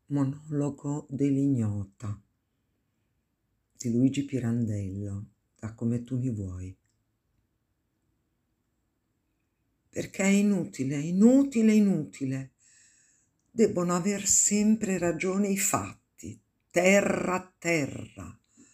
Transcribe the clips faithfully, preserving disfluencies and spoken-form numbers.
Monologo dell'ignota di Luigi Pirandello, da Come tu mi vuoi. Perché è inutile, inutile, inutile. Debbono aver sempre ragione i fatti, terra, terra.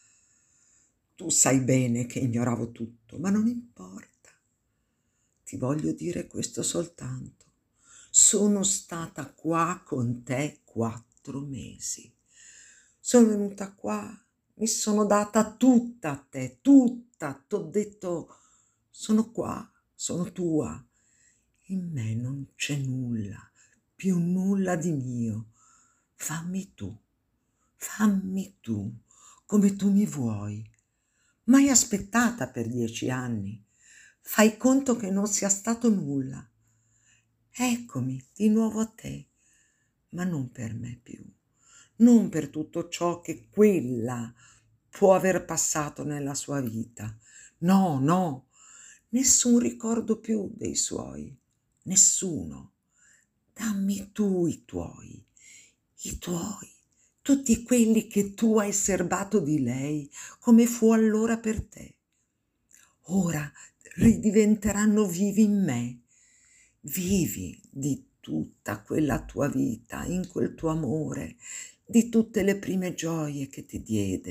Tu sai bene che ignoravo tutto, ma non importa. Ti voglio dire questo soltanto. Sono stata qua con te quattro mesi. Sono venuta qua, mi sono data tutta a te, tutta. T'ho detto, sono qua, sono tua. In me non c'è nulla, più nulla di mio. Fammi tu, fammi tu, come tu mi vuoi. Mai aspettata per dieci anni. Fai conto che non sia stato nulla. Eccomi di nuovo a te, ma non per me più, non per tutto ciò che quella può aver passato nella sua vita. No, no, nessun ricordo più dei suoi, nessuno. Dammi tu i tuoi, i tuoi, tutti quelli che tu hai serbato di lei, come fu allora per te. Ora ridiventeranno vivi in me, vivi di tutta quella tua vita, in quel tuo amore, di tutte le prime gioie che ti diede.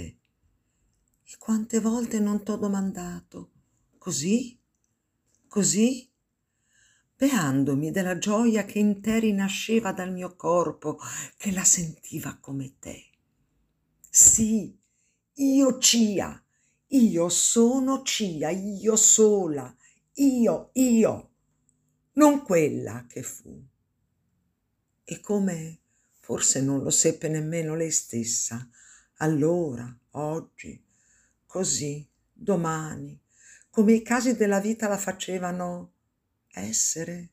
E quante volte non t'ho domandato, così? Così? Beandomi della gioia che in te rinasceva dal mio corpo, che la sentiva come te. Sì, io Cia, io sono Cia, io sola, io, io, non quella che fu. E come forse non lo seppe nemmeno lei stessa, allora, oggi, così, domani, come i casi della vita la facevano essere.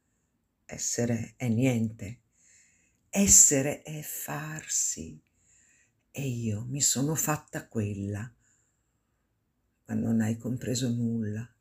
Essere è niente, essere è farsi. E io mi sono fatta quella, ma non hai compreso nulla.